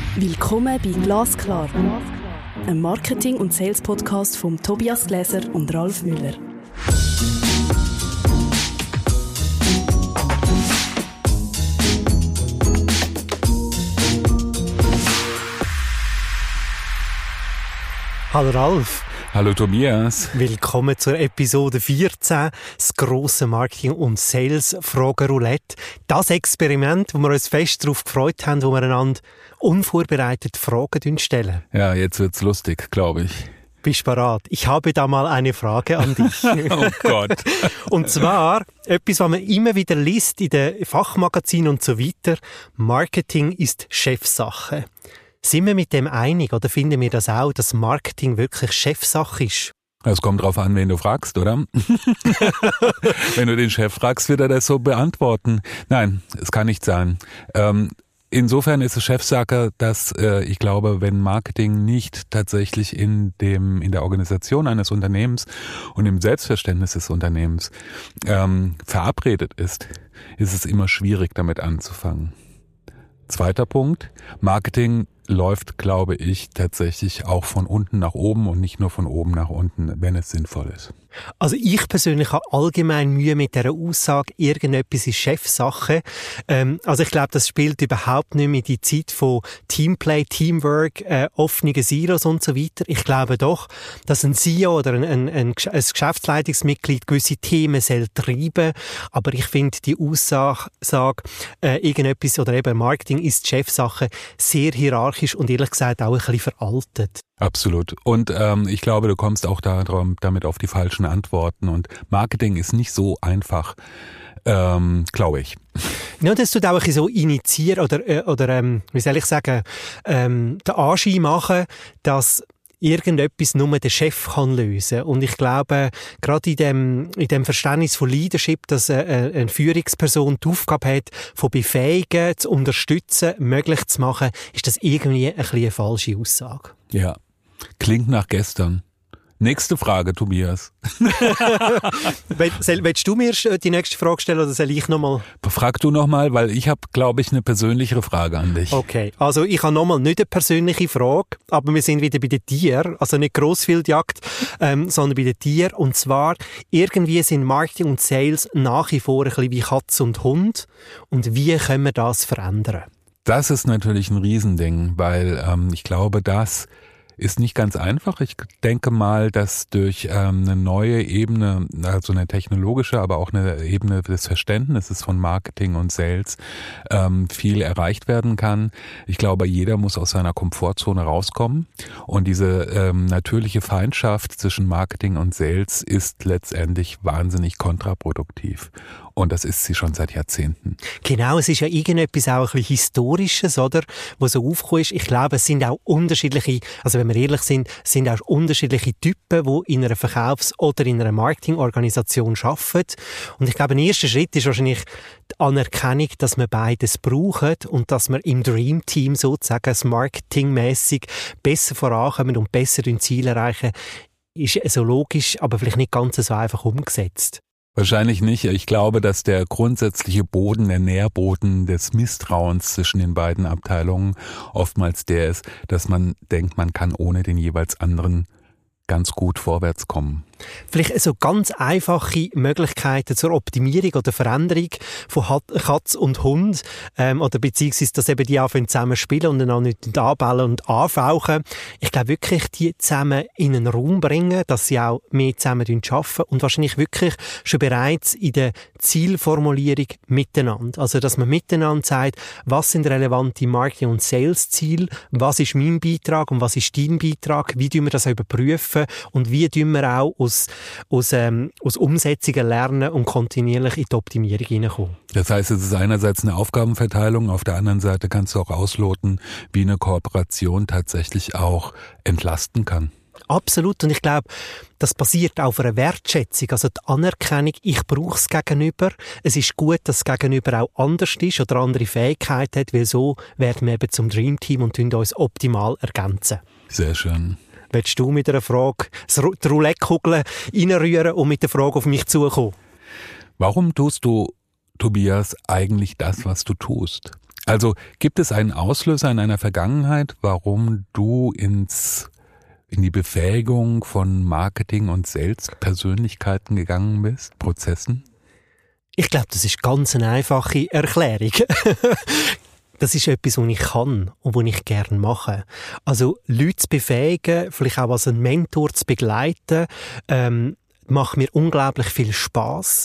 Willkommen bei Glasklar, einem Marketing- und Sales-Podcast von Tobias Gläser und Ralf Müller. Hallo Ralf. Hallo Tobias. Willkommen zur Episode 14, das grosse Marketing- und Sales-Fragen-Roulette. Das Experiment, wo wir uns fest darauf gefreut haben, wo wir einander unvorbereitet Fragen stellen. Ja, jetzt wird's lustig, glaube ich. Bist du bereit? Ich habe da mal eine Frage an dich. Oh Gott. Und zwar etwas, was man immer wieder liest in den Fachmagazinen und so weiter. Marketing ist Chefsache. Sind wir mit dem einig oder finden wir das auch, dass Marketing wirklich Chefsache ist? Es kommt drauf an, wen du fragst, oder? Wenn du den Chef fragst, wird er das so beantworten. Nein, es kann nicht sein. Insofern ist es Chefsache, dass ich glaube, wenn Marketing nicht tatsächlich in der Organisation eines Unternehmens und im Selbstverständnis des Unternehmens verabredet ist es immer schwierig, damit anzufangen. Zweiter Punkt, Marketing läuft, glaube ich, tatsächlich auch von unten nach oben und nicht nur von oben nach unten, wenn es sinnvoll ist. Also ich persönlich habe allgemein Mühe mit dieser Aussage, irgendetwas ist Chefsache. Also ich glaube, das spielt überhaupt nicht mehr die Zeit von Teamplay, Teamwork, offenen Silos und so weiter. Ich glaube doch, dass ein CEO oder ein Geschäftsleitungsmitglied gewisse Themen soll treiben, aber ich finde die Aussage, irgendetwas oder eben Marketing ist Chefsache, sehr hierarchisch und ehrlich gesagt auch ein bisschen veraltet. Absolut. Und ich glaube, du kommst auch damit auf die falschen Antworten. Und Marketing ist nicht so einfach, glaube ich. Ja, das tut auch ein bisschen so initiieren oder wie soll ich sagen, den Anschein machen, dass irgendetwas nur der Chef kann lösen. Und ich glaube, gerade in dem Verständnis von Leadership, dass eine Führungsperson die Aufgabe hat, von befähigen, zu unterstützen, möglich zu machen, ist das irgendwie ein bisschen eine falsche Aussage. Ja, klingt nach gestern. Nächste Frage, Tobias. Willst du mir die nächste Frage stellen oder soll ich nochmal? Frag du nochmal, weil ich habe, glaube ich, eine persönlichere Frage an dich. Okay, also ich habe nochmal nicht eine persönliche Frage, aber wir sind wieder bei den Tieren, also nicht Grossfieldjagd, sondern bei den Tieren. Und zwar, irgendwie sind Marketing und Sales nach wie vor ein bisschen wie Katz und Hund. Und wie können wir das verändern? Das ist natürlich ein Riesending, weil ich glaube, das ist nicht ganz einfach. Ich denke mal, dass durch eine neue Ebene, also eine technologische, aber auch eine Ebene des Verständnisses von Marketing und Sales viel erreicht werden kann. Ich glaube, jeder muss aus seiner Komfortzone rauskommen und diese natürliche Feindschaft zwischen Marketing und Sales ist letztendlich wahnsinnig kontraproduktiv. Und das ist sie schon seit Jahrzehnten. Genau, es ist ja irgendetwas auch ein bisschen Historisches, oder? Wo so aufgekommen ist. Ich glaube, es sind auch unterschiedliche, also wenn wir ehrlich sind auch unterschiedliche Typen, die in einer Verkaufs- oder in einer Marketingorganisation arbeiten. Und ich glaube, ein erster Schritt ist wahrscheinlich die Anerkennung, dass wir beides brauchen und dass wir im Dream Team sozusagen marketingmässig besser vorankommen und besser Ziel erreichen. Ist so logisch, aber vielleicht nicht ganz so einfach umgesetzt. Wahrscheinlich nicht. Ich glaube, dass der grundsätzliche Boden, der Nährboden des Misstrauens zwischen den beiden Abteilungen oftmals der ist, dass man denkt, man kann ohne den jeweils anderen ganz gut vorwärts kommen. Vielleicht so ganz einfache Möglichkeiten zur Optimierung oder Veränderung von Katz und Hund oder beziehungsweise, dass eben die anfangen zusammen spielen und dann auch nicht anbellen und anfauchen. Ich glaube wirklich, die zusammen in einen Raum bringen, dass sie auch mehr zusammen arbeiten und wahrscheinlich wirklich schon bereits in der Zielformulierung miteinander. Also, dass man miteinander sagt, was sind relevante Marketing- und Sales-Ziele, was ist mein Beitrag und was ist dein Beitrag, wie tun wir das überprüfen und wie tun wir auch aus Umsetzungen lernen und kontinuierlich in die Optimierung hineinkommen. Das heißt, es ist einerseits eine Aufgabenverteilung, auf der anderen Seite kannst du auch ausloten, wie eine Kooperation tatsächlich auch entlasten kann. Absolut. Und ich glaube, das basiert auf einer Wertschätzung, also die Anerkennung, ich brauche es Gegenüber. Es ist gut, dass das Gegenüber auch anders ist oder andere Fähigkeiten hat, weil so werden wir eben zum Dreamteam und uns optimal ergänzen. Sehr schön. Willst du mit einer Frage die Roulette-Kugel reinrühren und mit der Frage auf mich zukommen? Warum tust du, Tobias, eigentlich das, was du tust? Also gibt es einen Auslöser in einer Vergangenheit, warum du in die Befähigung von Marketing- und Sales-Persönlichkeiten gegangen bist, Prozessen? Ich glaube, das ist ganz eine einfache Erklärung. Das ist etwas, was ich kann und was ich gerne mache. Also Leute zu befähigen, vielleicht auch als ein Mentor zu begleiten, macht mir unglaublich viel Spass.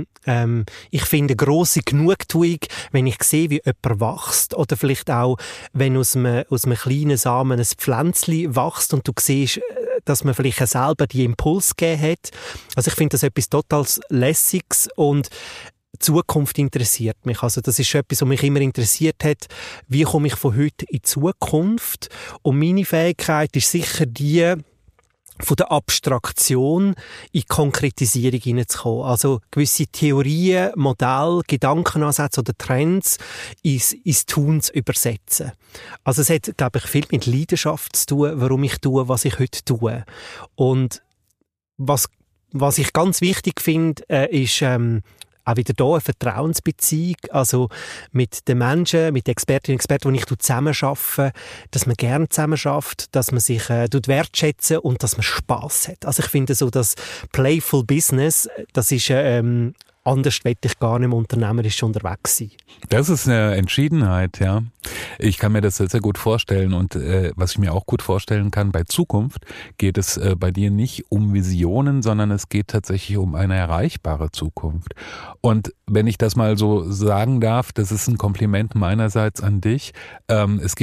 Ich finde grosse Genugtuung, wenn ich sehe, wie jemand wächst, oder vielleicht auch, wenn aus einem kleinen Samen ein Pflänzchen wächst und du siehst, dass man vielleicht selber die Impuls gegeben hat. Also ich finde das etwas total Lässiges und die Zukunft interessiert mich. Also das ist etwas, was mich immer interessiert hat. Wie komme ich von heute in die Zukunft? Und meine Fähigkeit ist sicher die, von der Abstraktion in Konkretisierung hineinzukommen. Also gewisse Theorien, Modelle, Gedankenansätze oder Trends ins Tun zu übersetzen. Also es hat, glaube ich, viel mit Leidenschaft zu tun, warum ich tue, was ich heute tue. Und was ich ganz wichtig finde, ist auch wieder hier eine Vertrauensbeziehung, also mit den Menschen, mit den Expertinnen und Experten, die ich zusammen arbeite, dass man gerne zusammen arbeitet, dass man sich wertschätzen und dass man Spass hat. Also ich finde so, das Playful Business, das ist anders will ich gar nicht mehr unternehmerisch unterwegs sein. Das ist eine Entschiedenheit, ja. Ich kann mir das sehr, sehr gut vorstellen und was ich mir auch gut vorstellen kann, bei Zukunft geht es bei dir nicht um Visionen, sondern es geht tatsächlich um eine erreichbare Zukunft. Und wenn ich das mal so sagen darf, das ist ein Kompliment meinerseits an dich. Es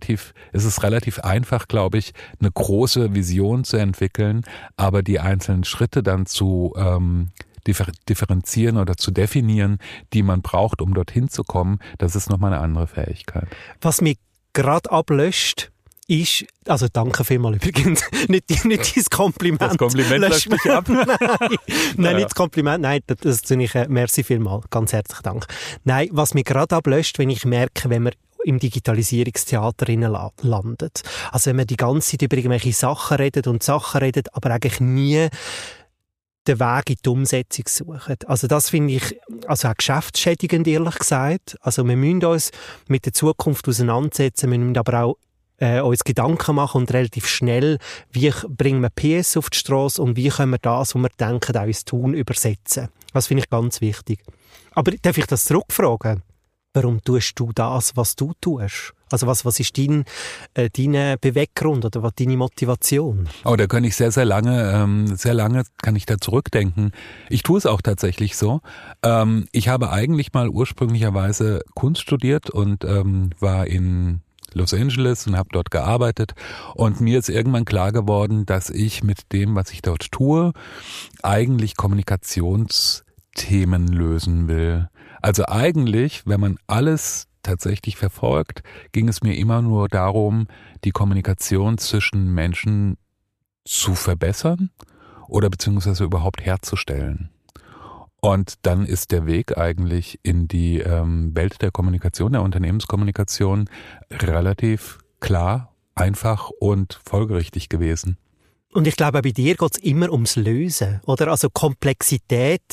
ist relativ einfach, glaube ich, eine große Vision zu entwickeln, aber die einzelnen Schritte dann zu differenzieren oder zu definieren, die man braucht, um dorthin zu kommen, das ist nochmal eine andere Fähigkeit. Was mich gerade ablöscht, ist, also danke vielmals übrigens, nicht dein Kompliment. Das Kompliment löscht mich ab. Nein, nicht das Kompliment, nein, das tue ich, merci vielmals, ganz herzlichen Dank. Nein, was mich gerade ablöscht, wenn ich merke, wenn man im Digitalisierungstheater landet. Also wenn man die ganze Zeit über irgendwelche Sachen redet, aber eigentlich nie den Weg in die Umsetzung suchen. Also das finde ich also auch geschäftsschädigend, ehrlich gesagt. Also wir müssen uns mit der Zukunft auseinandersetzen, wir müssen aber auch uns Gedanken machen und relativ schnell, wie bringen wir PS auf die Strasse und wie können wir das, was wir denken, auch ins Tun übersetzen. Das finde ich ganz wichtig. Aber darf ich das zurückfragen? Warum tust du das, was du tust? Also was ist dein Beweggrund oder was deine Motivation? Oh, da kann ich sehr lange kann ich da zurückdenken. Ich tue es auch tatsächlich so. Ich habe eigentlich mal ursprünglicherweise Kunst studiert und war in Los Angeles und habe dort gearbeitet. Und mir ist irgendwann klar geworden, dass ich mit dem, was ich dort tue, eigentlich Kommunikationsthemen lösen will. Also eigentlich, wenn man alles tatsächlich verfolgt, ging es mir immer nur darum, die Kommunikation zwischen Menschen zu verbessern oder beziehungsweise überhaupt herzustellen. Und dann ist der Weg eigentlich in die Welt der Kommunikation, der Unternehmenskommunikation relativ klar, einfach und folgerichtig gewesen. Und ich glaube, bei dir geht es immer ums Lösen, oder? Also Komplexität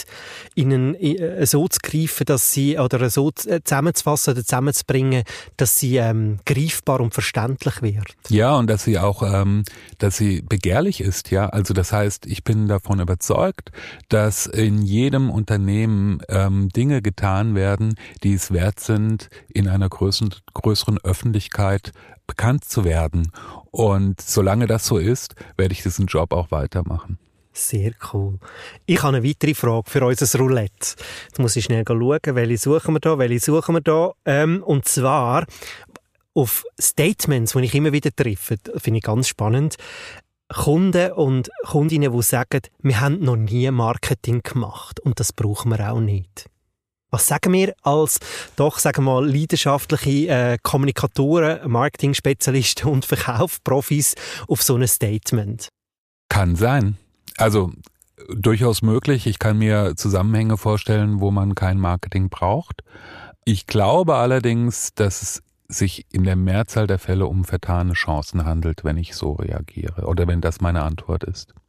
so zu greifen, dass sie, oder so zusammenzufassen oder zusammenzubringen, dass sie greifbar und verständlich wird. Ja, und dass sie auch, dass sie begehrlich ist, ja. Also das heißt, ich bin davon überzeugt, dass in jedem Unternehmen Dinge getan werden, die es wert sind, in einer größeren Öffentlichkeit bekannt zu werden. Und solange das so ist, werde ich diesen Job auch weitermachen. Sehr cool. Ich habe eine weitere Frage für unser Roulette. Jetzt muss ich schnell schauen, welche suchen wir da. Und zwar auf Statements, die ich immer wieder treffe, finde ich ganz spannend. Kunden und Kundinnen, die sagen, wir haben noch nie Marketing gemacht und das brauchen wir auch nicht. Was sagen wir als, doch, sagen wir mal, leidenschaftliche Kommunikatoren, Marketing-Spezialisten und Verkaufsprofis auf so ein Statement? Kann sein. Also durchaus möglich. Ich kann mir Zusammenhänge vorstellen, wo man kein Marketing braucht. Ich glaube allerdings, dass es sich in der Mehrzahl der Fälle um vertane Chancen handelt, wenn ich so reagiere oder wenn das meine Antwort ist.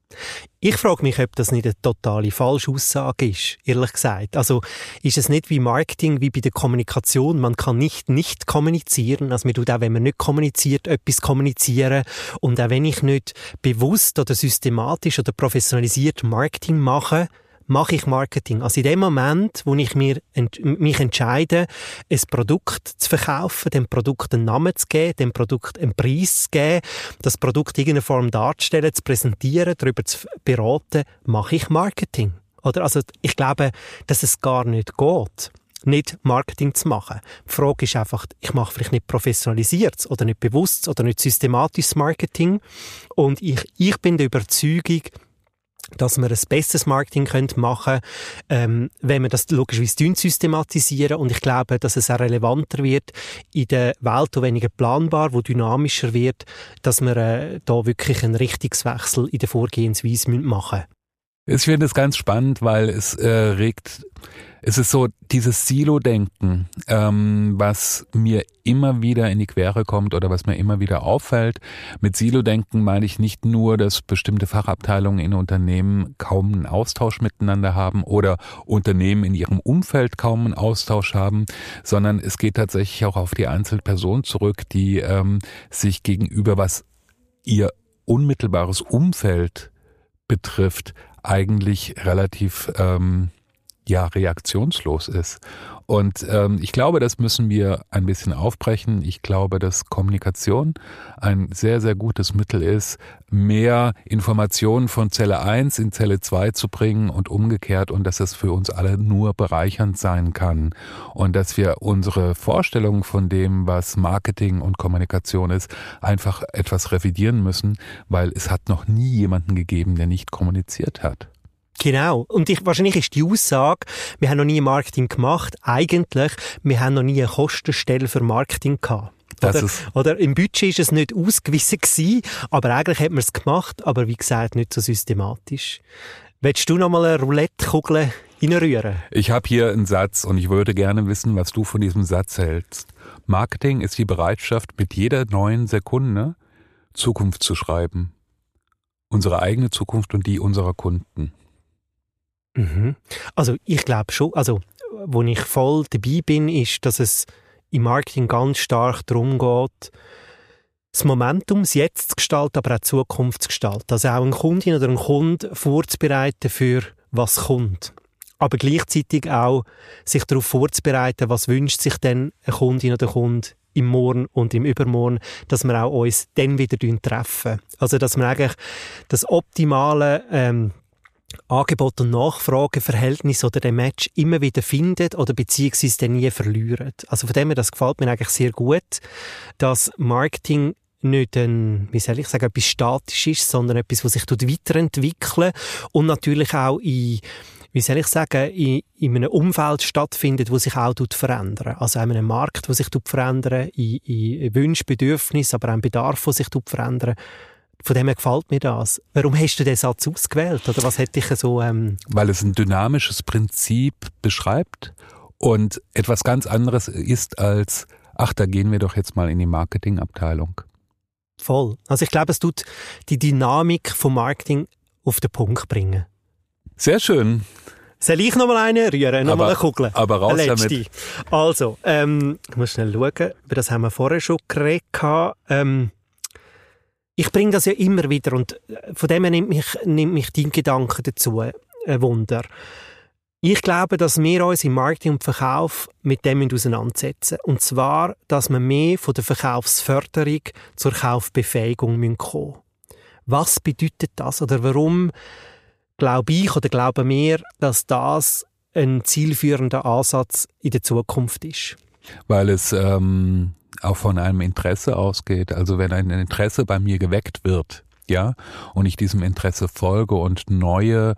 Ich frage mich, ob das nicht eine totale Falschaussage ist, ehrlich gesagt. Also ist es nicht wie Marketing, wie bei der Kommunikation? Man kann nicht kommunizieren. Also man tut auch, wenn man nicht kommuniziert, etwas kommunizieren. Und auch wenn ich nicht bewusst oder systematisch oder professionalisiert Marketing mache ich Marketing. Also in dem Moment, wo ich mich entscheide, ein Produkt zu verkaufen, dem Produkt einen Namen zu geben, dem Produkt einen Preis zu geben, das Produkt in irgendeiner Form darzustellen, zu präsentieren, darüber zu beraten, mache ich Marketing. Oder? Also ich glaube, dass es gar nicht geht, nicht Marketing zu machen. Die Frage ist einfach, ich mache vielleicht nicht professionalisiertes oder nicht bewusstes oder nicht systematisches Marketing. Und ich bin der Überzeugung, dass wir ein besseres Marketing machen können, wenn wir das logischerweise systematisieren. Und ich glaube, dass es auch relevanter wird in der Welt, die weniger planbar, die dynamischer wird, dass wir da wirklich einen Richtungswechsel in der Vorgehensweise machen müssen. Ich finde es ganz spannend, weil es ist so dieses Silo-Denken, was mir immer wieder in die Quere kommt oder was mir immer wieder auffällt. Mit Silo-Denken meine ich nicht nur, dass bestimmte Fachabteilungen in Unternehmen kaum einen Austausch miteinander haben oder Unternehmen in ihrem Umfeld kaum einen Austausch haben, sondern es geht tatsächlich auch auf die Einzelperson zurück, die sich gegenüber, was ihr unmittelbares Umfeld betrifft, eigentlich relativ reaktionslos ist. Und ich glaube, das müssen wir ein bisschen aufbrechen. Ich glaube, dass Kommunikation ein sehr, sehr gutes Mittel ist, mehr Informationen von Zelle 1 in Zelle 2 zu bringen und umgekehrt, und dass das für uns alle nur bereichernd sein kann. Und dass wir unsere Vorstellungen von dem, was Marketing und Kommunikation ist, einfach etwas revidieren müssen, weil es hat noch nie jemanden gegeben, der nicht kommuniziert hat. Genau. Und wahrscheinlich ist die Aussage, wir haben noch nie Marketing gemacht, eigentlich, wir haben noch nie eine Kostenstelle für Marketing gehabt. Oder im Budget ist es nicht ausgewiesen gewesen, aber eigentlich hat man es gemacht, aber wie gesagt, nicht so systematisch. Willst du noch mal eine Roulette-Kugel reinrühren? Ich habe hier einen Satz und ich würde gerne wissen, was du von diesem Satz hältst. Marketing ist die Bereitschaft, mit jeder neuen Sekunde Zukunft zu schreiben. Unsere eigene Zukunft und die unserer Kunden. Also ich glaube schon, also wo ich voll dabei bin, ist, dass es im Marketing ganz stark darum geht, das Momentum, das Jetzt zu gestalten, aber auch die Zukunft zu gestalten. Also auch eine Kundin oder einen Kunden vorzubereiten für was kommt. Aber gleichzeitig auch sich darauf vorzubereiten, was wünscht sich denn eine Kundin oder Kunde im Morgen und im Übermorgen, dass wir auch uns dann wieder treffen. Also dass wir eigentlich das optimale Angebot- und Nachfrageverhältnis oder den Match immer wieder findet oder beziehungsweise den nie verliert. Also von dem her, das gefällt mir eigentlich sehr gut, dass Marketing nicht etwas statisch ist, sondern etwas, was sich weiterentwickelt und natürlich auch in einem Umfeld stattfindet, das sich auch verändert. Also in einem Markt, der sich verändert, in Wünsche, Bedürfnisse, aber auch im Bedarf, der sich verändert. Von dem her gefällt mir das. Warum hast du den Satz ausgewählt? Oder was hätte dich so... Weil es ein dynamisches Prinzip beschreibt und etwas ganz anderes ist als, da gehen wir doch jetzt mal in die Marketingabteilung. Voll. Also ich glaube, es tut die Dynamik vom Marketing auf den Punkt bringen. Sehr schön. Soll ich noch mal eine rühren? Noch mal eine Kugel? Aber raus damit. Also, ich muss schnell schauen. Über das haben wir vorher schon geredet. Ich bringe das ja immer wieder und von dem her nimmt mich dein Gedanke dazu ein Wunder. Ich glaube, dass wir uns im Marketing und Verkauf mit dem auseinandersetzen müssen. Und zwar, dass wir mehr von der Verkaufsförderung zur Kaufbefähigung kommen müssen. Was bedeutet das? Oder warum glaube ich oder glauben wir, dass das ein zielführender Ansatz in der Zukunft ist? Weil es auch von einem Interesse ausgeht. Also wenn ein Interesse bei mir geweckt wird, ja, und ich diesem Interesse folge und neue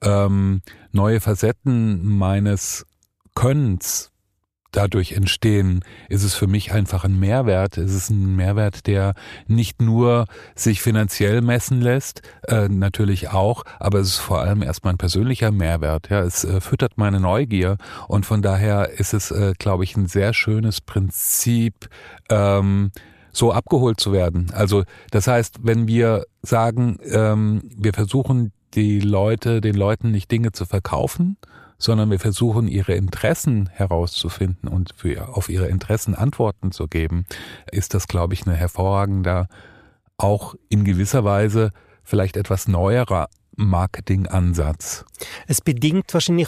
Facetten meines Könnens dadurch entstehen, ist es für mich einfach ein Mehrwert. Es ist ein Mehrwert, der nicht nur sich finanziell messen lässt, natürlich auch, aber es ist vor allem erstmal ein persönlicher Mehrwert. Ja, es füttert meine Neugier und von daher ist es, glaube ich, ein sehr schönes Prinzip, so abgeholt zu werden. Also das heißt, wenn wir sagen, wir versuchen den Leuten nicht Dinge zu verkaufen, sondern wir versuchen ihre Interessen herauszufinden und auf ihre Interessen Antworten zu geben, ist das, glaube ich, ein hervorragender, auch in gewisser Weise vielleicht etwas neuerer Marketingansatz. Es bedingt wahrscheinlich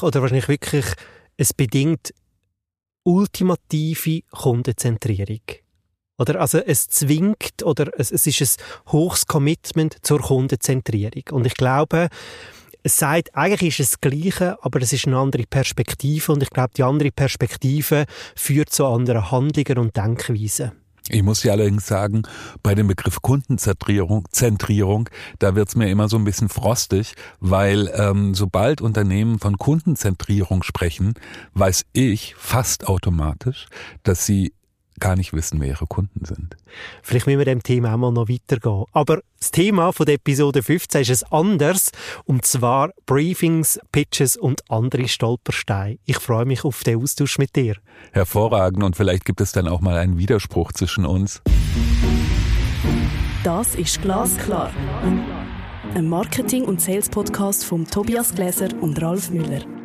ultimative Kundenzentrierung. Oder? Also es zwingt oder es ist ein hohes Commitment zur Kundenzentrierung. Und ich glaube, es sagt, eigentlich ist es das Gleiche, aber es ist eine andere Perspektive. Und ich glaube, die andere Perspektive führt zu anderen Handlungen und Denkweisen. Ich muss ja allerdings sagen, bei dem Begriff Kundenzentrierung, da wird's mir immer so ein bisschen frostig, weil sobald Unternehmen von Kundenzentrierung sprechen, weiß ich fast automatisch, dass sie gar nicht wissen, wer ihre Kunden sind. Vielleicht müssen wir dem Thema auch mal noch weitergehen. Aber das Thema von der Episode 15 ist ein anderes, und zwar Briefings, Pitches und andere Stolpersteine. Ich freue mich auf den Austausch mit dir. Hervorragend, und vielleicht gibt es dann auch mal einen Widerspruch zwischen uns. Das ist Glasklar. Ein Marketing- und Sales-Podcast von Tobias Gläser und Ralf Müller.